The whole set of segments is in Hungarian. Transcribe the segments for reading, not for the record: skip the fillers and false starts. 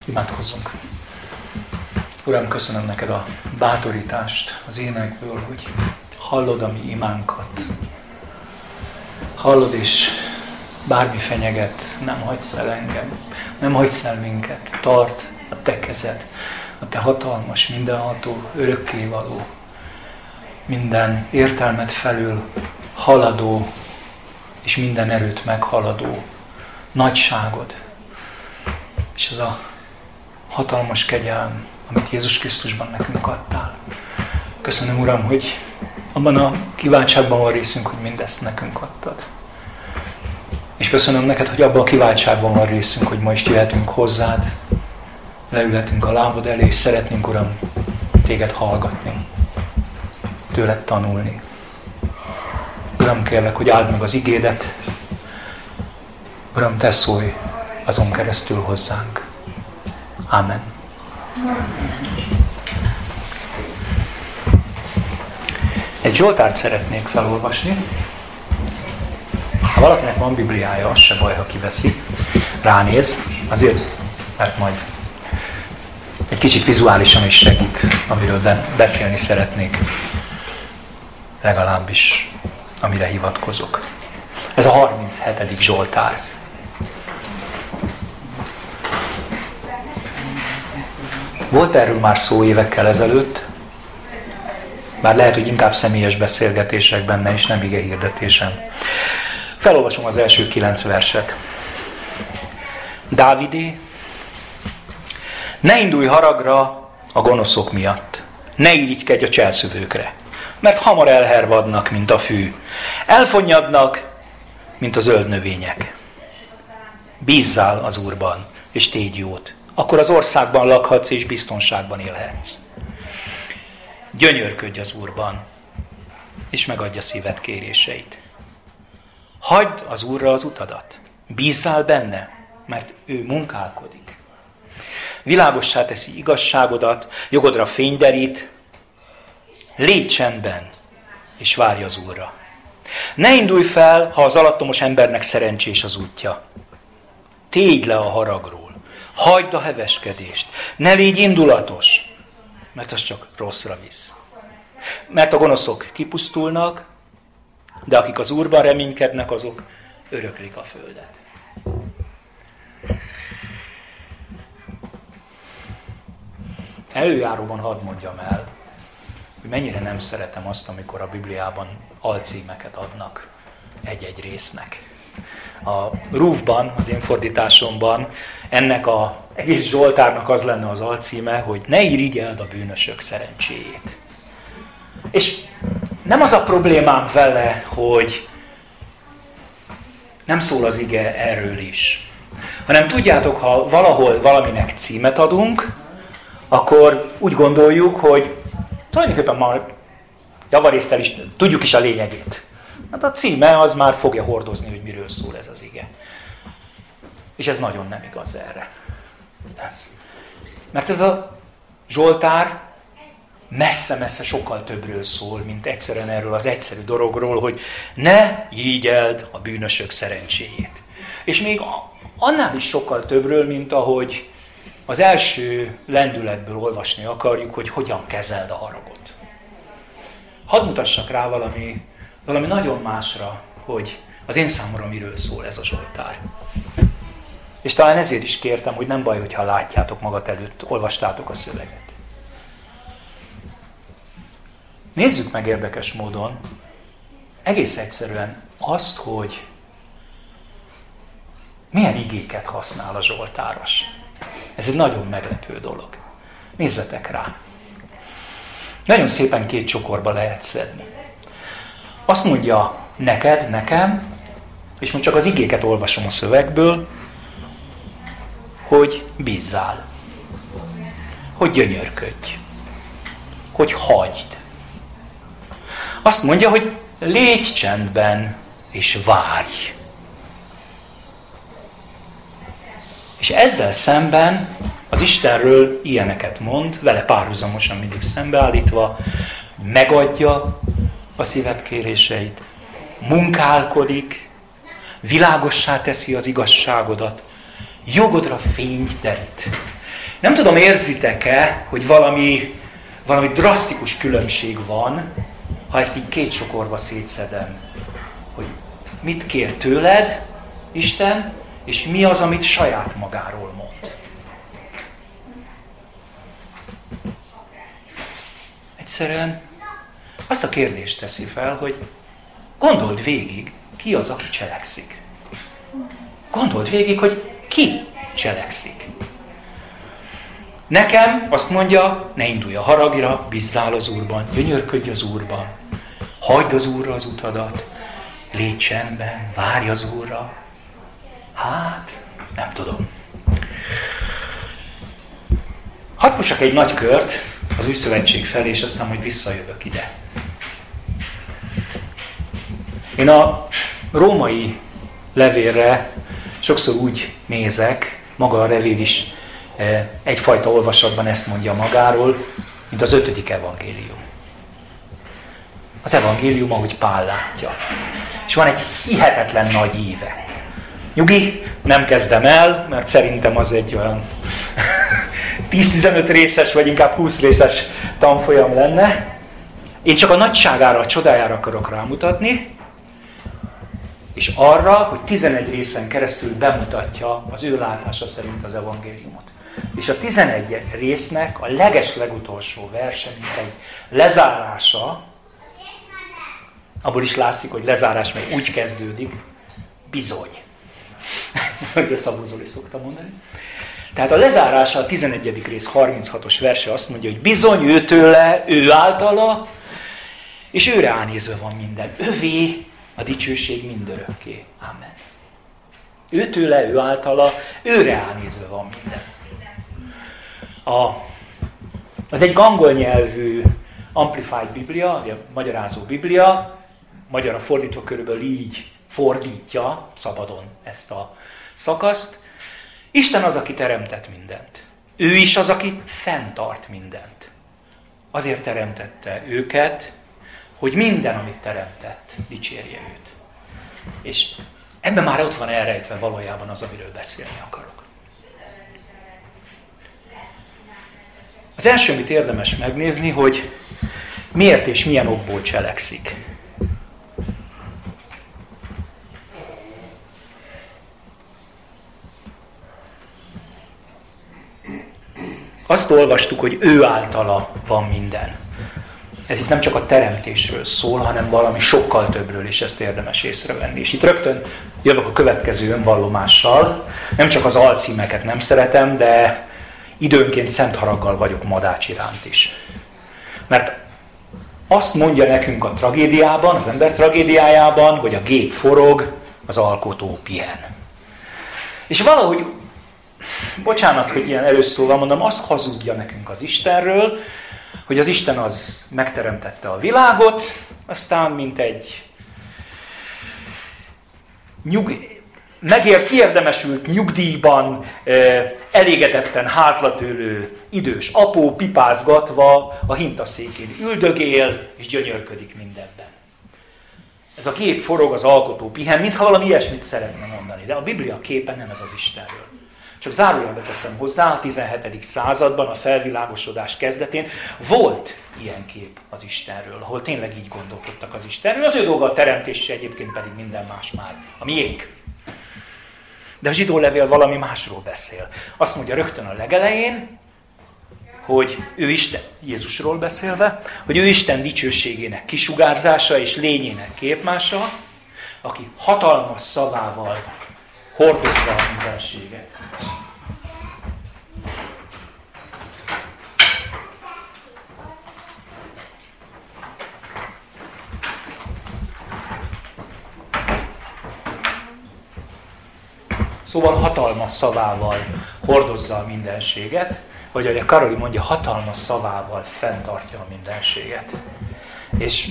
Imádkozzunk. Uram, köszönöm neked a bátorítást az énekből, hogy hallod a mi imánkat. Hallod, és bármi fenyeget, nem hagysz el engem, nem hagysz el minket. Tart a te kezed, a te hatalmas, mindenható, örökkévaló, minden értelmet felül haladó, és minden erőt meghaladó nagyságod. És ez a hatalmas kegyelm, amit Jézus Krisztusban nekünk adtál. Köszönöm, Uram, hogy abban a kiváltságban van részünk, hogy mindezt nekünk adtad. És köszönöm neked, hogy abban a kiváltságban van részünk, hogy ma is jöhetünk hozzád, leülhetünk a lábad elé, és szeretnénk, Uram, téged hallgatni, tőled tanulni. Uram, kérlek, hogy áld meg az igédet. Uram, te szólj azon keresztül hozzánk. Amen. Egy Zsoltárt szeretnék felolvasni. Ha valakinek van Bibliája, az se baj, ha kiveszi, ránéz, azért, mert majd egy kicsit vizuálisan is segít, amiről beszélni szeretnék. Legalábbis, amire hivatkozok. Ez a 37. Zsoltár. Volt erről már szó évekkel ezelőtt, bár lehet, hogy inkább személyes beszélgetések benne, és nem igehirdetésen. Felolvasom az első 9 verset. Dávidé, ne indulj haragra a gonoszok miatt, ne irigykedj a cselszövőkre, mert hamar elhervadnak, mint a fű, elfonnyadnak, mint a zöld növények. Bízzál az Úrban, és tégy jót, akkor az országban lakhatsz, és biztonságban élhetsz. Gyönyörködj az Úrban, és megadja szíved kéréseit. Hagyd az Úrra az utadat, bízzál benne, mert ő munkálkodik. Világossá teszi igazságodat, jogodra fényderít, légy csendben, és várj az Úrra. Ne indulj fel, ha az alattomos embernek szerencsés az útja. Tégy le a haragról, hagyd a heveskedést, ne légy indulatos, mert az csak rosszra visz. Mert a gonoszok kipusztulnak, de akik az Úrban reménykednek, azok öröklik a földet. Előjáróban hadd mondjam el, hogy mennyire nem szeretem azt, amikor a Bibliában alcímeket adnak egy-egy résznek. A Rúfban, az én fordításomban ennek az egész Zsoltárnak az lenne az alcíme, hogy ne irigyeld a bűnösök szerencséjét. És nem az a problémám vele, hogy nem szól az ige erről is, hanem tudjátok, ha valahol valaminek címet adunk, akkor úgy gondoljuk, hogy tulajdonképpen már javarészt is tudjuk is a lényegét. Hát a címe az már fogja hordozni, hogy miről szól ez az ige. És ez nagyon nem igaz erre. Mert ez a Zsoltár messze-messze sokkal többről szól, mint egyszerűen erről az egyszerű dologról, hogy ne irigyeld a bűnösök szerencséjét. És még annál is sokkal többről, mint ahogy az első lendületből olvasni akarjuk, hogy hogyan kezeld a haragot. Hadd mutassak rá valami nagyon másra, hogy az én számomra miről szól ez a Zsoltár. És talán ezért is kértem, hogy nem baj, hogyha látjátok magad előtt, olvastátok a szöveget. Nézzük meg érdekes módon egész egyszerűen azt, hogy milyen igéket használ a zsoltáros. Ez egy nagyon meglepő dolog. Nézzetek rá. Nagyon szépen 2 csokorba lehet szedni. Azt mondja neked, nekem, és most csak az igéket olvasom a szövegből, hogy bízzál, hogy gyönyörködj, hogy hagyd. Azt mondja, hogy légy csendben, és várj. És ezzel szemben az Istenről ilyeneket mond, vele párhuzamosan mindig szembeállítva, megadja a szíved kéréseit, munkálkodik, világossá teszi az igazságodat, jogodra fényt derít. Nem tudom, érzitek-e, hogy valami drasztikus különbség van, ha ezt így két csokorba szétszedem. Hogy mit kér tőled Isten, és mi az, amit saját magáról mond. Egyszerűen azt a kérdést teszi fel, hogy gondold végig, ki az, aki cselekszik. Gondold végig, hogy ki cselekszik. Nekem azt mondja, ne indulj a haragra, bízzál az Úrban, gyönyörködj az Úrban, hagyd az Úrra az utadat, légy csendben, várj az Úrra. Hát, nem tudom. Hadd fussak egy nagy kört az Új Szövetség felé, és aztán majd visszajövök ide. Én a római levélre sokszor úgy nézek, maga a levél is egyfajta olvasatban ezt mondja magáról, mint az 5. evangélium. Az evangélium, ahogy Pál látja. És van egy hihetetlen nagy íve. Nyugi, nem kezdem el, mert szerintem az egy olyan 10-15 részes, vagy inkább 20 részes tanfolyam lenne. Én csak a nagyságára, a csodájára akarok rámutatni, és arra, hogy 11 részen keresztül bemutatja az ő látása szerint az evangéliumot. És a 11 résznek a legeslegutolsó verse, mint egy lezárása, abból is látszik, hogy lezárás még úgy kezdődik, bizony. Hogy a Szabó szokta mondani. Tehát a lezárása, a 11. rész 36-os verse azt mondja, hogy bizony őtőle, ő általa, és őre ánézve van minden. Övé a dicsőség mindörökké. Amen. Őtőle, ő általa, őre ánézve van minden. Az egy angol nyelvű Amplified Biblia, a magyarázó Biblia, magyarra fordítva körülbelül így fordítja szabadon ezt a szakaszt. Isten az, aki teremtett mindent. Ő is az, aki fenntart mindent. Azért teremtette őket, hogy minden, amit teremtett, dicsérje őt. És ebben már ott van elrejtve valójában az, amiről beszélni akarok. Az első, amit érdemes megnézni, hogy miért és milyen okból cselekszik. Azt olvastuk, hogy ő általa van minden. Ez itt nem csak a teremtésről szól, hanem valami sokkal többről, és ezt érdemes észrevenni. És itt rögtön jövök a következő önvallomással. Nem csak az alcímeket nem szeretem, de időnként szent haraggal vagyok Madács iránt is. Mert azt mondja nekünk a tragédiában, az ember tragédiájában, hogy a gép forog, az alkotó pihen. És valahogy, bocsánat, hogy ilyen előszóval mondom, azt hazudja nekünk az Istenről, hogy az Isten az megteremtette a világot, aztán mint egy kiérdemesült nyugdíjban elégedetten hátlatőlő idős apó pipázgatva a hintaszékén üldögél és gyönyörködik mindenben. Ez a gép forog, az alkotó pihen, mintha valami ilyesmit szeretne mondani, de a Biblia képe nem ez az Istenről. Csak zárójelbe teszem hozzá, a 17. században, a felvilágosodás kezdetén volt ilyen kép az Istenről, ahol tényleg így gondolkodtak az Istenről. Az ő dolga a teremtés, egyébként pedig minden más már. A miénk. De a zsidó levél valami másról beszél. Azt mondja rögtön a legelején, hogy ő Isten, Jézusról beszélve, hogy ő Isten dicsőségének kisugárzása és lényének képmása, aki hatalmas szavával hordozza a mindenséget. Szóval hatalmas szavával hordozza a mindenséget, vagy ahogy a Karoli mondja, hatalmas szavával fenntartja a mindenséget. És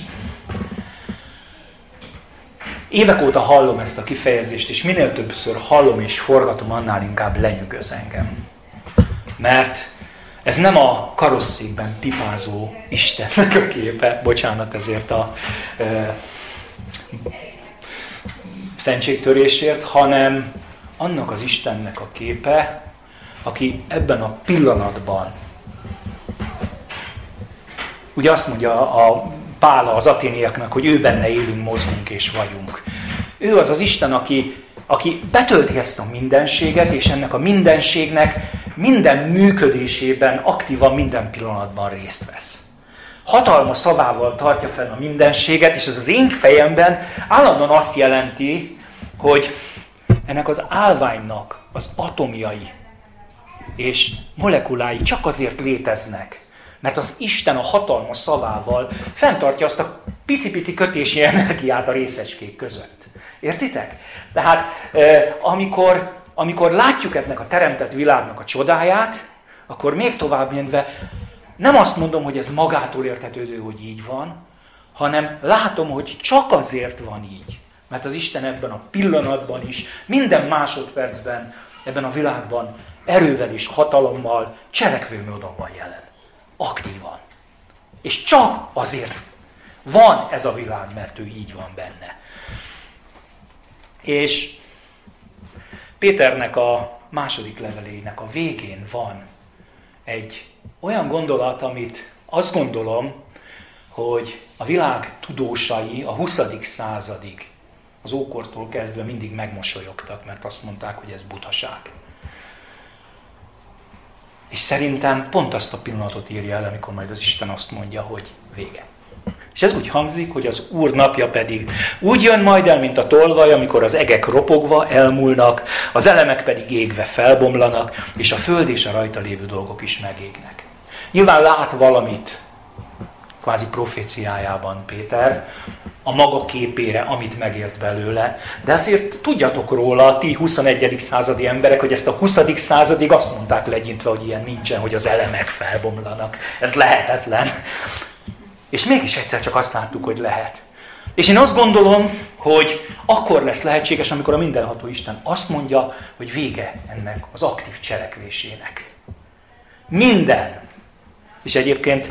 évek óta hallom ezt a kifejezést, és minél többször hallom és forgatom, annál inkább lenyűgöz engem. Mert ez nem a karosszékben pipázó Istennek a képe, bocsánat ezért a szentségtörésért, hanem annak az Istennek a képe, aki ebben a pillanatban, ugye azt mondja a Pál az aténiaknak, hogy ő benne élünk, mozgunk és vagyunk. Ő az az Isten, aki betölti ezt a mindenséget, és ennek a mindenségnek minden működésében aktívan minden pillanatban részt vesz. Hatalma szavával tartja fenn a mindenséget, és ez az én fejemben állandóan azt jelenti, hogy ennek az állványnak az atomjai és molekulái csak azért léteznek, mert az Isten a hatalma szavával fenntartja azt a pici-pici kötési energiát a részecskék között. Értitek? Tehát amikor látjuk ennek a teremtett világnak a csodáját, akkor még tovább menve nem azt mondom, hogy ez magától értetődő, hogy így van, hanem látom, hogy csak azért van így. Mert az Isten ebben a pillanatban is, minden másodpercben ebben a világban erővel és hatalommal, cselekvő módon van jelen. Aktívan. És csak azért van ez a világ, mert ő így van benne. És Péternek a második levelének a végén van egy olyan gondolat, amit azt gondolom, hogy a világ tudósai a 20. századig, az ókortól kezdve mindig megmosolyogtak, mert azt mondták, hogy ez butaság. És szerintem pont azt a pillanatot írja el, amikor majd az Isten azt mondja, hogy vége. És ez úgy hangzik, hogy az Úr napja pedig úgy jön majd el, mint a tolvaj, amikor az egek ropogva elmúlnak, az elemek pedig égve felbomlanak, és a föld és a rajta lévő dolgok is megégnek. Nyilván lát valamit, kvázi proféciájában Péter, a maga képére, amit megért belőle, de azért tudjatok róla, ti 21. századi emberek, hogy ezt a 20. századig azt mondták legyintve, hogy ilyen nincsen, hogy az elemek felbomlanak. Ez lehetetlen. És mégis egyszer csak azt láttuk, hogy lehet. És én azt gondolom, hogy akkor lesz lehetséges, amikor a mindenható Isten azt mondja, hogy vége ennek az aktív cselekvésének. Minden. És egyébként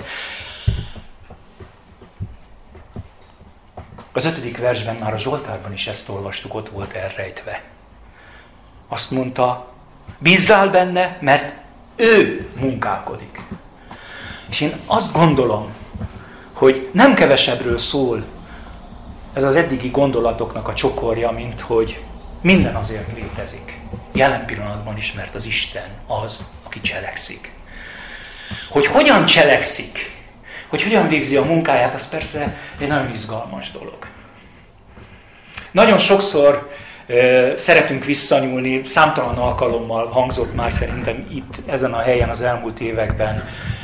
az 5. versben már a Zsoltárban is ezt olvastuk, ott volt elrejtve. Azt mondta, bízzál benne, mert ő munkálkodik. És én azt gondolom, hogy nem kevesebbről szól ez az eddigi gondolatoknak a csokorja, mint hogy minden azért létezik. Jelen pillanatban is, mert az Isten az, aki cselekszik. Hogy hogyan cselekszik, hogy hogyan végzi a munkáját, az persze egy nagyon izgalmas dolog. Nagyon sokszor szeretünk visszanyúlni, számtalan alkalommal hangzott már szerintem itt, ezen a helyen az elmúlt években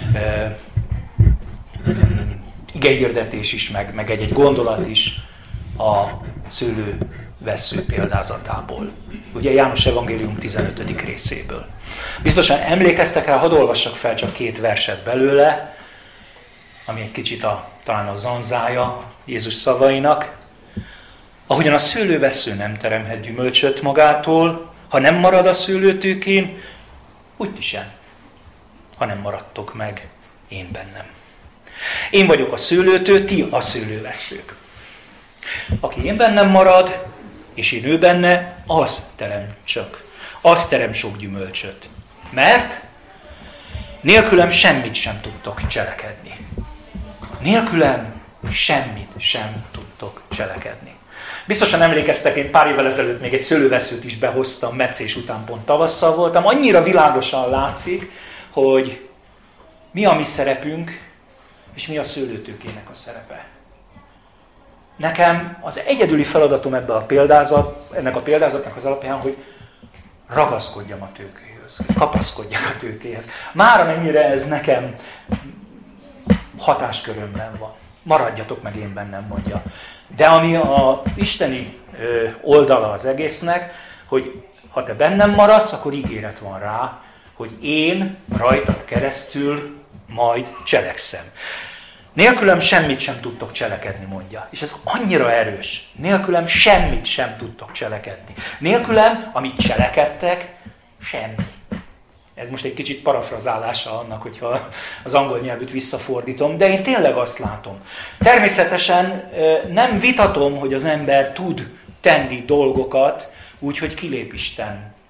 igehirdetés is, meg egy gondolat is a szőlő-vessző példázatából. Ugye János Evangélium 15. részéből. Biztosan emlékeztek rá, hadd olvassak fel csak 2 verset belőle, ami egy kicsit talán a zanzája Jézus szavainak. Ahogyan a szőlővessző nem teremhet gyümölcsöt magától, ha nem marad a szőlőtőkén, úgy ti sem, ha nem maradtok meg én bennem. Én vagyok a szőlőtő, ti a szőlővesszők. Aki én bennem marad, és én ő benne, az terem csak. Az terem sok gyümölcsöt. Mert nélkülem semmit sem tudtok cselekedni. Nélkülem semmit sem tudtok cselekedni. Biztosan emlékeztek, én pár évvel ezelőtt még egy szőlővesszőt is behoztam, metszés után pont tavasszal voltam. Annyira világosan látszik, hogy mi a mi szerepünk, és mi a szőlőtőkének a szerepe. Nekem az egyedüli feladatom ennek a példázatnak az alapján, hogy ragaszkodjam a tőkéhez, kapaszkodjak a tőkéhez. Már amennyire ez nekem hatáskörömben van. Maradjatok meg én bennem, mondja. De ami az isteni oldala az egésznek, hogy ha te bennem maradsz, akkor ígéret van rá, hogy én rajtad keresztül majd cselekszem. Nélkülem semmit sem tudtok cselekedni, mondja. És ez annyira erős. Nélkülem semmit sem tudtok cselekedni. Nélkülem, amit cselekedtek, semmi. Ez most egy kicsit parafrazálása annak, hogyha az angol nyelvűt visszafordítom, de én tényleg azt látom. Természetesen nem vitatom, hogy az ember tud tenni dolgokat úgy, hogy kilép Isten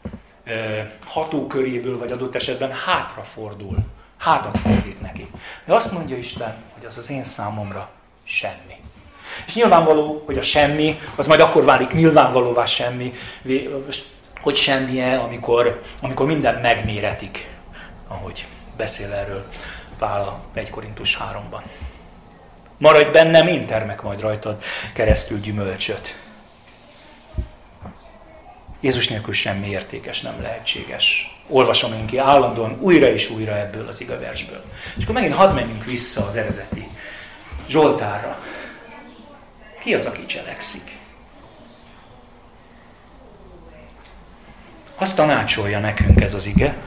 hatóköréből, vagy adott esetben hátrafordul, hátat fordít neki. De azt mondja Isten, hogy az az én számomra semmi. És nyilvánvaló, hogy a semmi, az majd akkor válik nyilvánvalóvá semmi, hogy semmije, amikor minden megméretik, ahogy beszél erről Pál a 1 Korintus 3-ban. Maradj bennem, én termek majd rajtad keresztül gyümölcsöt. Jézus nélkül semmi értékes, nem lehetséges. Olvasom én ki állandóan újra és újra ebből az igeversből. És akkor megint hadd menjünk vissza az eredeti Zsoltárra. Ki az, aki cselekszik? Azt tanácsolja nekünk ez az ige,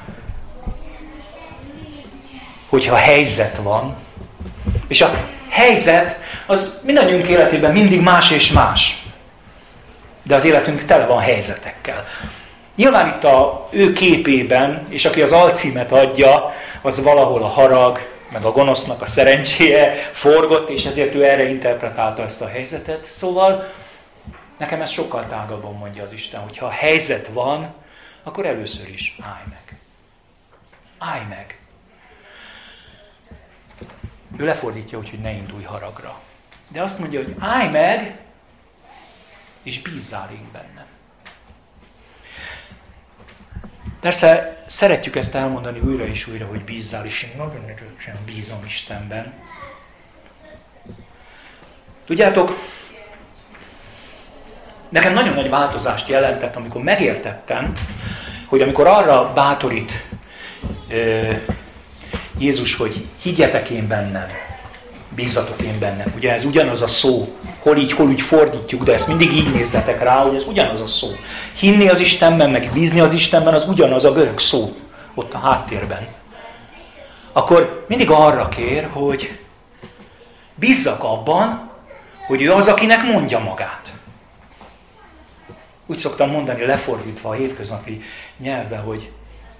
hogyha helyzet van, és a helyzet az mindannyiunk életében mindig más és más. De az életünk tele van helyzetekkel. Nyilván itt a ő képében, és aki az alcímet adja, az valahol a harag, meg a gonosznak a szerencséje forgott, és ezért ő erre interpretálta ezt a helyzetet. Szóval nekem ez sokkal tágabban mondja az Isten, hogy ha a helyzet van, akkor először is állj meg. Állj meg. Ő lefordítja úgy, hogy ne indulj haragra. De azt mondja, hogy állj meg, és bízzál én bennem. Persze szeretjük ezt elmondani újra és újra, hogy bízzál, és én nagyon erősen bízom Istenben. Tudjátok, nekem nagyon nagy változást jelentett, amikor megértettem, hogy amikor arra bátorít Jézus, hogy higgyetek én bennem, bízzatok én bennem. Ugye ez ugyanaz a szó, hol úgy fordítjuk, de ezt mindig így nézzetek rá, hogy ez ugyanaz a szó. Hinni az Istenben, meg bízni az Istenben, az ugyanaz a görög szó, ott a háttérben. Akkor mindig arra kér, hogy bízzak abban, hogy ő az, akinek mondja magát. Úgy szoktam mondani, lefordítva a hétköznapi nyelvbe, hogy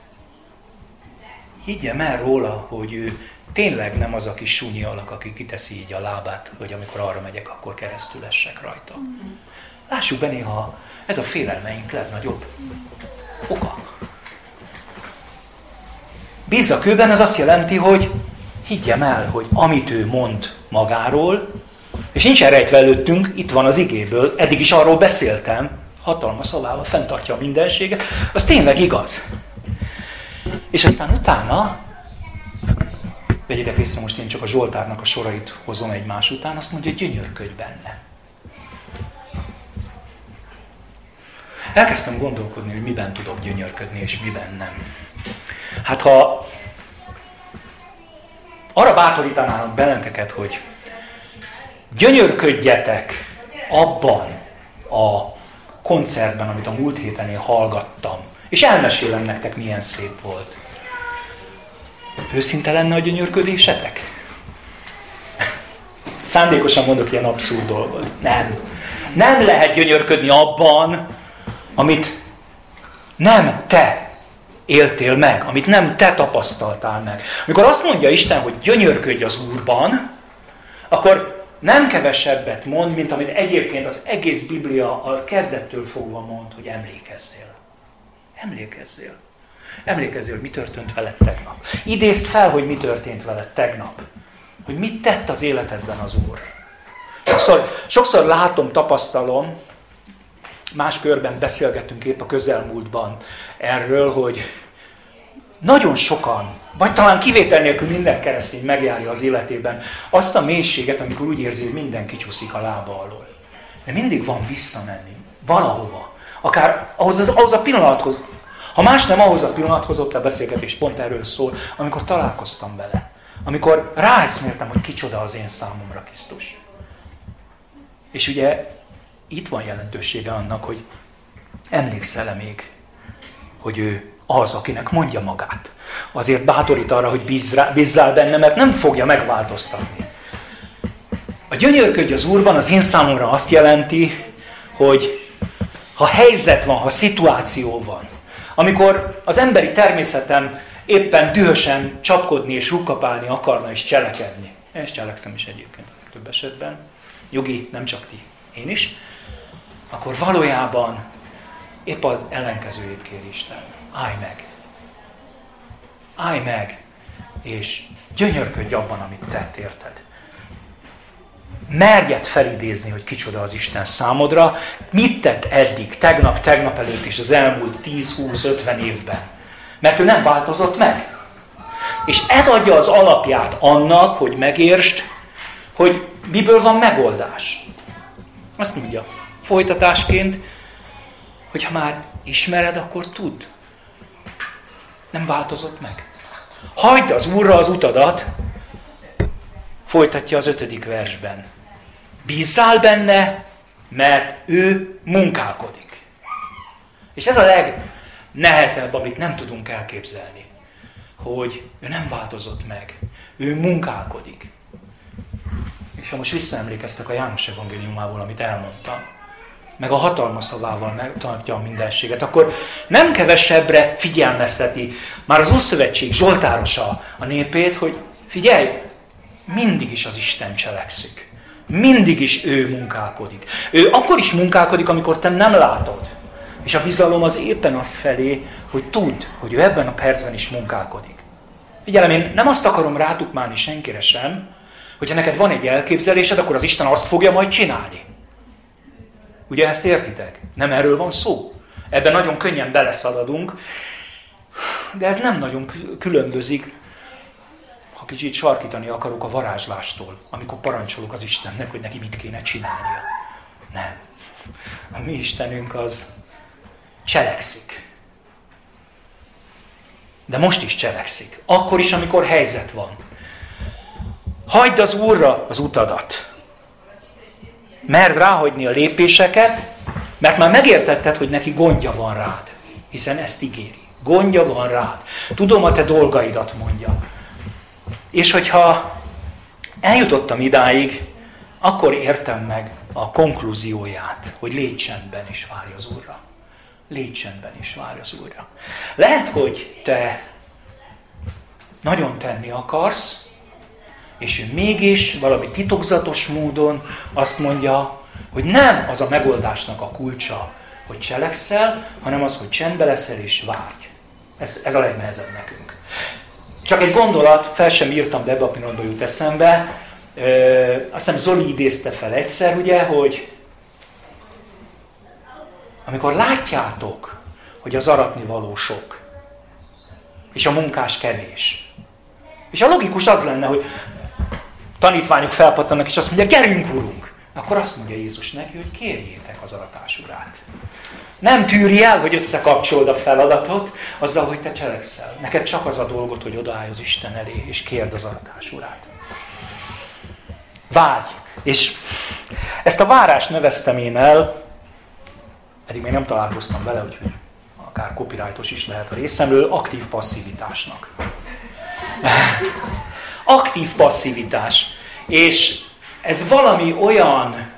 higgyem el róla, hogy ő tényleg nem az a kis súnyi alak, aki kiteszi így a lábát, hogy amikor arra megyek, akkor keresztül essek rajta. Lássuk be néha, ez a félelmeink legnagyobb oka. Bízzak őben, az azt jelenti, hogy higgyem el, hogy amit ő mond magáról, és nincsen rejtve előttünk, itt van az igéből, eddig is arról beszéltem, hatalma szavával fenntartja a mindenséget, az tényleg igaz. És aztán utána, vegyétek észre, most én csak a Zsoltárnak a sorait hozom egymás után, azt mondja, hogy gyönyörködj benne. Elkezdtem gondolkodni, hogy miben tudok gyönyörködni, és miben nem. Hát ha arra bátorítanának benneteket, hogy gyönyörködjetek abban a koncertben, amit a múlt héten én hallgattam, és elmesélem nektek, milyen szép volt. Őszinte lenne a gyönyörködésetek? Szándékosan mondok ilyen abszurd dolgot. Nem. Nem lehet gyönyörködni abban, amit nem te éltél meg, amit nem te tapasztaltál meg. Amikor azt mondja Isten, hogy gyönyörködj az Úrban, akkor nem kevesebbet mond, mint amit egyébként az egész Biblia a kezdettől fogva mond, hogy emlékezzél. Emlékezzél. Emlékezzél, hogy mi történt veled tegnap. Idézd fel, hogy mi történt veled tegnap. Hogy mit tett az életedben az Úr. Sokszor látom, tapasztalom, más körben beszélgettünk épp a közelmúltban erről, hogy nagyon sokan, vagy talán kivétel nélkül minden keresztény megjárja az életében azt a mélységet, amikor úgy érzi, hogy minden kicsúszik a lába alól. De mindig van visszamenni, valahova. Akár ahhoz a pillanathoz. Ha más nem, ahhoz a pillanathoz, ott a beszélgetés pont erről szól, amikor találkoztam vele. Amikor ráeszméltem, hogy kicsoda az én számomra Krisztus. És ugye itt van jelentősége annak, hogy emlékszel-e még, hogy ő az, akinek mondja magát. Azért bátorít arra, hogy bízzál benne, mert nem fogja megváltoztatni. A gyönyörködj az Úrban az én számomra azt jelenti, hogy ha helyzet van, ha szituáció van, amikor az emberi természetem éppen dühösen csapkodni és rukkapálni akarna és cselekedni. Én is cselekszem is egyébként több esetben. Jogi, nem csak ti, én is. Akkor valójában épp az ellenkezőjét kér Isten. Állj meg! Állj meg! És gyönyörködj abban, amit tett, érted? Merjed felidézni, hogy kicsoda az Isten számodra, mit tett eddig, tegnap előtt és az elmúlt 10-20-50 évben. Mert ő nem változott meg. És ez adja az alapját annak, hogy megértsd, hogy miből van megoldás. Azt mondja, folytatásként, hogy ha már ismered, akkor tudd. Nem változott meg. Hagyd az Úrra az utadat, folytatja az 5. versben. Bízzál benne, mert ő munkálkodik. És ez a legnehezebb, amit nem tudunk elképzelni. Hogy ő nem változott meg. Ő munkálkodik. És ha most visszaemlékeztek a János evangéliumából, amit elmondtam, meg a hatalmas szavával megtartja a mindenséget, akkor nem kevesebbre figyelmezteti már az Ószövetség zsoltárosa a népét, hogy figyelj, mindig is az Isten cselekszik. Mindig is ő munkálkodik. Ő akkor is munkálkodik, amikor te nem látod. És a bizalom az éppen az felé, hogy tudd, hogy ő ebben a percben is munkálkodik. Figyelem, én nem azt akarom rátukmálni senkire sem, hogyha neked van egy elképzelésed, akkor az Isten azt fogja majd csinálni. Ugye ezt értitek? Nem erről van szó. Ebben nagyon könnyen beleszaladunk, de ez nem nagyon különbözik, ha kicsit sarkítani akarok a varázslástól, amikor parancsolok az Istennek, hogy neki mit kéne csinálnia. Nem. A mi Istenünk az cselekszik. De most is cselekszik. Akkor is, amikor helyzet van. Hagyd az Úrra az utadat. Merd ráhagyni a lépéseket, mert már megértetted, hogy neki gondja van rád. Hiszen ezt ígéri. Gondja van rád. Tudom a te dolgaidat, mondja. És hogyha eljutottam idáig, akkor értem meg a konklúzióját, hogy légy csendben és várj az Úrra. Légy csendben és várj az Úrra. Lehet, hogy te nagyon tenni akarsz, és ő mégis valami titokzatos módon azt mondja, hogy nem az a megoldásnak a kulcsa, hogy cselekszel, hanem az, hogy csendben leszel és várj. Ez a legnehezebb nekünk. Csak egy gondolat, fel sem írtam, de ebbe a pillanatban jut eszembe. Azt hiszem Zoli idézte fel egyszer, ugye, hogy amikor látjátok, hogy az aratni való sok, és a munkás kevés. És a logikus az lenne, hogy tanítványok felpattannak, és azt mondják, gyerünk, Urunk! Akkor azt mondja Jézus neki, hogy kérjétek az aratás urát. Nem tűri el, hogy összekapcsold a feladatot azzal, hogy te cselekszel. Neked csak az a dolgot, hogy odaállj az Isten elé, és kérd az aratás urát. Várj! És ezt a várást neveztem én el, eddig még nem találkoztam vele, úgyhogy akár copyrightos is lehet a részemről, aktív passzivitásnak. Aktív passzivitás. És ez valami olyan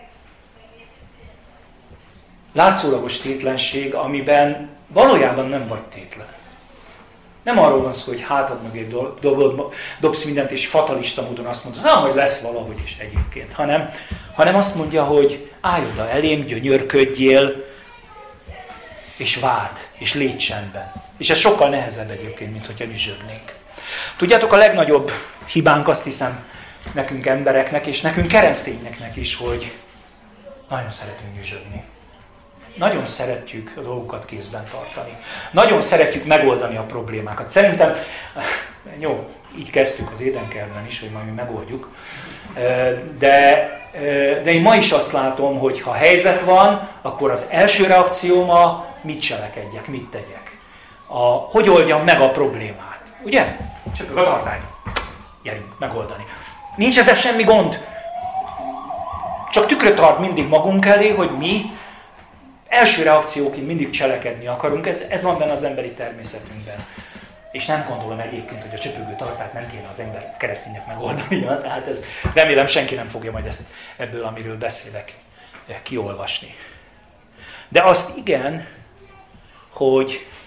látszólagos tétlenség, amiben valójában nem vagy tétlen. Nem arról van szó, hogy hátad mögé dobsz mindent, és fatalista módon azt mondod, na, majd lesz valahogy is egyébként. Hanem azt mondja, hogy állj oda elém, gyönyörködjél, és várd, és légy csendben. És ez sokkal nehezebb egyébként, mint hogyha nyüzsögnénk. Tudjátok, a legnagyobb hibánk, azt hiszem, nekünk embereknek, és nekünk keresztényeknek is, hogy nagyon szeretünk nyüzsögni. Nagyon szeretjük a dolgokat kézben tartani. Nagyon szeretjük megoldani a problémákat. Szerintem, jó, így kezdtük az édenkertben is, hogy majd mi megoldjuk. De én ma is azt látom, hogy ha helyzet van, akkor az első reakcióm mit cselekedjek, mit tegyek. Hogy oldjam meg a problémát. Ugye? Csöpög a tartály. Gyerünk, megoldani. Nincs ezzel semmi gond. Csak tükröt tart mindig magunk elé, hogy mi első reakcióként mindig cselekedni akarunk. Ez van benne az emberi természetünkben. És nem gondolom egyébként, hogy a csöpögő tartályt nem kéne az ember kereszténynek megoldania. Tehát remélem senki nem fogja majd ezt ebből, amiről beszélek, kiolvasni. De azt igen,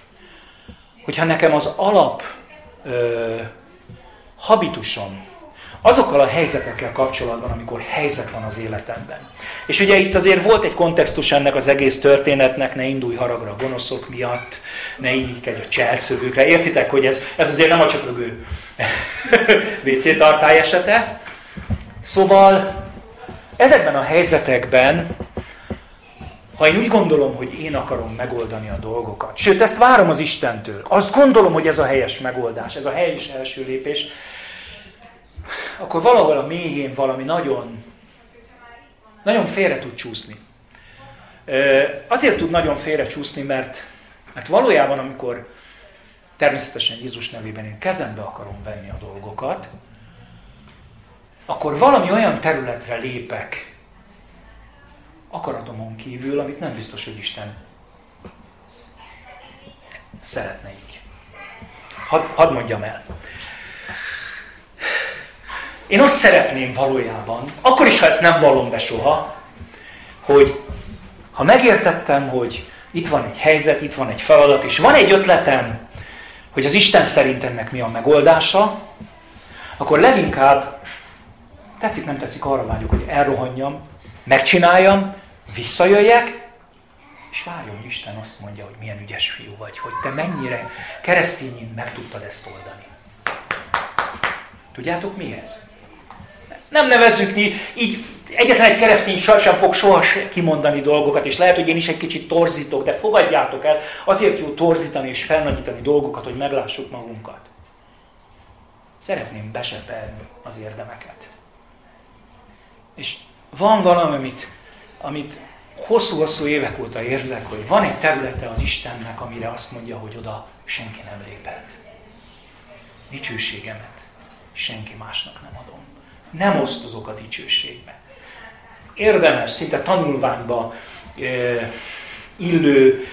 hogyha nekem az alap habitusom azokkal a helyzetekkel kapcsolatban, amikor helyzet van az életemben. És ugye itt azért volt egy kontextus ennek az egész történetnek, ne indulj haragra a gonoszok miatt, ne irigykedj a cselszövőkre. Értitek, hogy ez azért nem a csöpögő WC tartály esete. Szóval ezekben a helyzetekben, ha én úgy gondolom, hogy én akarom megoldani a dolgokat, sőt, ezt várom az Istentől, azt gondolom, hogy ez a helyes megoldás, ez a helyes első lépés, akkor valahol a mélyén valami nagyon, nagyon félre tud csúszni. Azért tud nagyon félre csúszni, mert valójában, amikor természetesen Jézus nevében én kezembe akarom venni a dolgokat, akkor valami olyan területre lépek akaratomon kívül, amit nem biztos, hogy Isten szeretne így. Hadd mondjam el. Én azt szeretném valójában, akkor is, ha ezt nem vallom be soha, hogy ha megértettem, hogy itt van egy helyzet, itt van egy feladat, és van egy ötletem, hogy az Isten szerint ennek mi a megoldása, akkor leginkább tetszik, nem tetszik, arra vágyok, hogy elrohanjam, megcsináljam, visszajöjjek, és várjon, hogy Isten azt mondja, hogy milyen ügyes fiú vagy, hogy te mennyire keresztényen meg tudtad ezt oldani. Tudjátok mi ez? Nem nevezzük így egyetlen egy keresztény sem fog soha kimondani dolgokat, és lehet, hogy én is egy kicsit torzítok, de fogadjátok el, azért jó torzítani és felnagyítani dolgokat, hogy meglássuk magunkat. Szeretném besepelni az érdemeket. És van valami, amit hosszú-hosszú évek óta érzek, hogy van egy területe az Istennek, amire azt mondja, hogy oda senki nem lépett. Dicsőségemet senki másnak nem adom. Nem osztozok a dicsőségbe. Érdemes, szinte tanulványba illő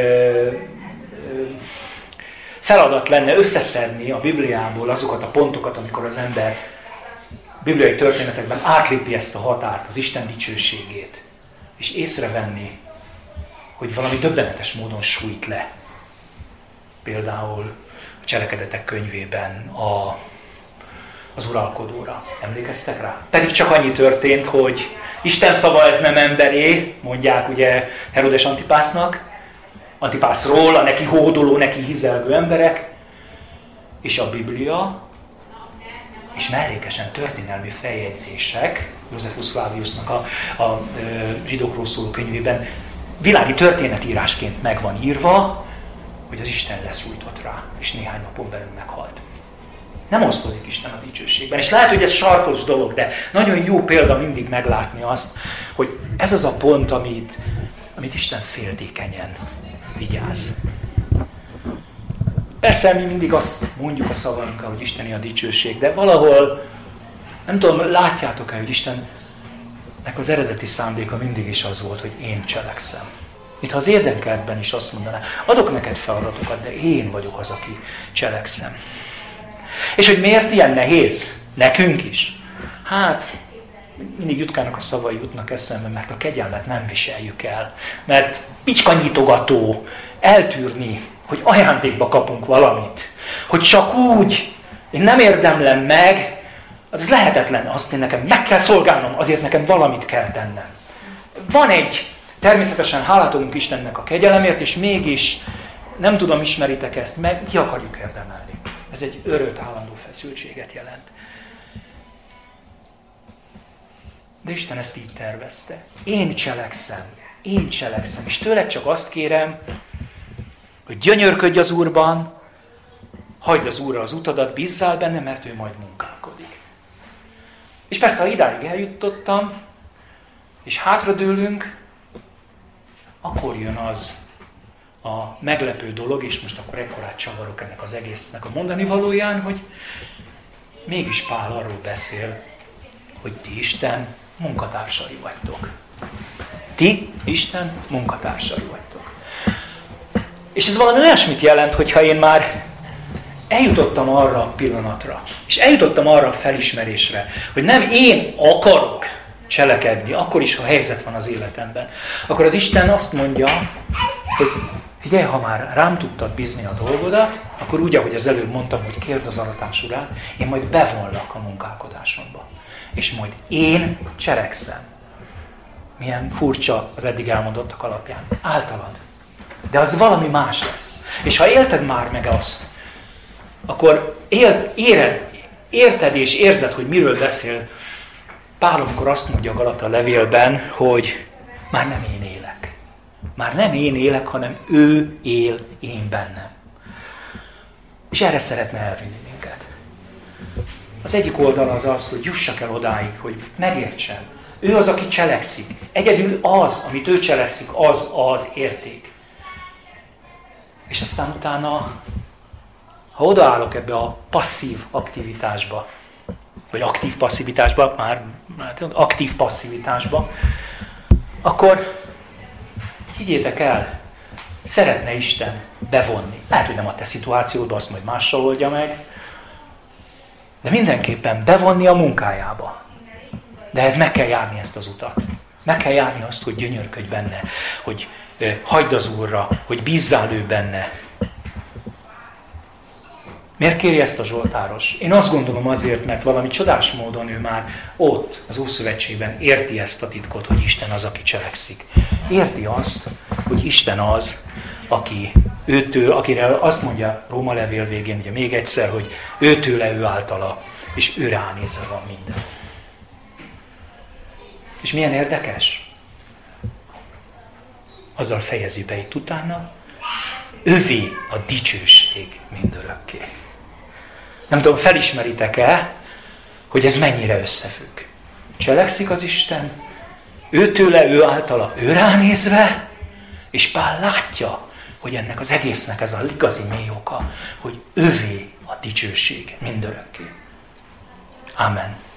feladat lenne összeszedni a Bibliából azokat a pontokat, amikor az ember bibliai történetekben átlépi ezt a határt, az Isten dicsőségét, és észrevenni, hogy valami döbbenetes módon sújt le. Például a Cselekedetek könyvében az uralkodóra. Emlékeztek rá? Pedig csak annyi történt, hogy Isten szava ez nem emberé, mondják ugye Herodes Antipászról, a neki hódoló, neki hizelgő emberek, és a Biblia, és mellékesen történelmi feljegyzések, Josephus Flaviusnak a zsidókról szóló könyvében világi történetírásként meg van írva, hogy az Isten leszújtott rá, és néhány napon belül meghalt. Nem osztozik Isten a dicsőségben. És lehet, hogy ez sarkos dolog, de nagyon jó példa mindig meglátni azt, hogy ez az a pont, amit Isten féltékenyen vigyáz. Persze mi mindig azt mondjuk a szavunkkal, hogy Isteni a dicsőség, de valahol, nem tudom, látjátok-e, hogy Istennek az eredeti szándéka mindig is az volt, hogy én cselekszem. Mintha az Édenkertben is azt mondaná, adok neked feladatokat, de én vagyok az, aki cselekszem. És hogy miért ilyen nehéz? Nekünk is. Hát, mindig Jutkának a szavai jutnak eszembe, mert a kegyelmet nem viseljük el. Mert picskanyitogató eltűrni, hogy ajándékba kapunk valamit. Hogy csak úgy, én nem érdemlem meg, az lehetetlen. Azt én nekem meg kell szolgálnom, azért nekem valamit kell tennem. Van természetesen hálát adunk Istennek a kegyelemért, és mégis, nem tudom, ismeritek ezt, meg ki akarjuk érdemelni. Ez egy örök állandó feszültséget jelent. De Isten ezt így tervezte. Én cselekszem, és tőled csak azt kérem, hogy gyönyörködj az Úrban, hagyd az Úrra az utadat, bízzál benne, mert ő majd munkálkodik. És persze, ha idáig eljutottam, és hátradőlünk, akkor jön az a meglepő dolog, és most akkor ekkorát csavarok ennek az egésznek a mondani valóján, hogy mégis Pál arról beszél, hogy ti Isten munkatársai vagytok. Ti Isten munkatársai vagytok. És ez valami olyasmit jelent, hogyha én már eljutottam arra a pillanatra, és eljutottam arra a felismerésre, hogy nem én akarok cselekedni, akkor is, ha helyzet van az életemben, akkor az Isten azt mondja, hogy Figyelj, ha már rám tudtad bízni a dolgodat, akkor úgy, ahogy az előbb mondtam, hogy kérd az aratás urát, én majd bevonlak a munkálkodásomba. És majd én cselekszem. Milyen furcsa az eddig elmondottak alapján. Általad. De az valami más lesz. És ha élted már meg azt, akkor érted és érzed, hogy miről beszél Pál, amikor azt mondja a Galata levélben, hogy már nem én élek. Már nem én élek, hanem ő él én bennem. És erre szeretne elvinni minket. Az egyik oldal az, hogy jussak el odáig, hogy megértsem. Ő az, aki cselekszik. Egyedül az, amit ő cselekszik, az az érték. És aztán utána, ha odaállok ebbe a passzív aktivitásba, vagy aktív passzivitásba, már aktív passzivitásba, akkor higgyétek el, szeretne Isten bevonni. Lehet, hogy nem a te szituációdba, azt majd mással oldja meg, de mindenképpen bevonni a munkájába. De ez meg kell járni ezt az utat. Meg kell járni azt, hogy gyönyörködj benne, hogy hagyd az Úrra, hogy bízzál ő benne. Miért kéri ezt a zsoltáros? Én azt gondolom azért, mert valami csodás módon ő már ott, az Ószövetségben érti ezt a titkot, hogy Isten az, aki cselekszik. Érti azt, hogy Isten az, akire azt mondja Róma levél végén, ugye még egyszer, hogy őtőle, ő általa, és őre ránézve van minden. És milyen érdekes? Azzal fejezi be itt utána, övé a dicsőség mindörökké. Nem tudom, felismeritek-e, hogy ez mennyire összefügg. Cselekszik az Isten, őtőle, ő általa, ő ránézve, és Pál látja, hogy ennek az egésznek ez a igazi mély oka, hogy övé a dicsőség mindörökké. Amen.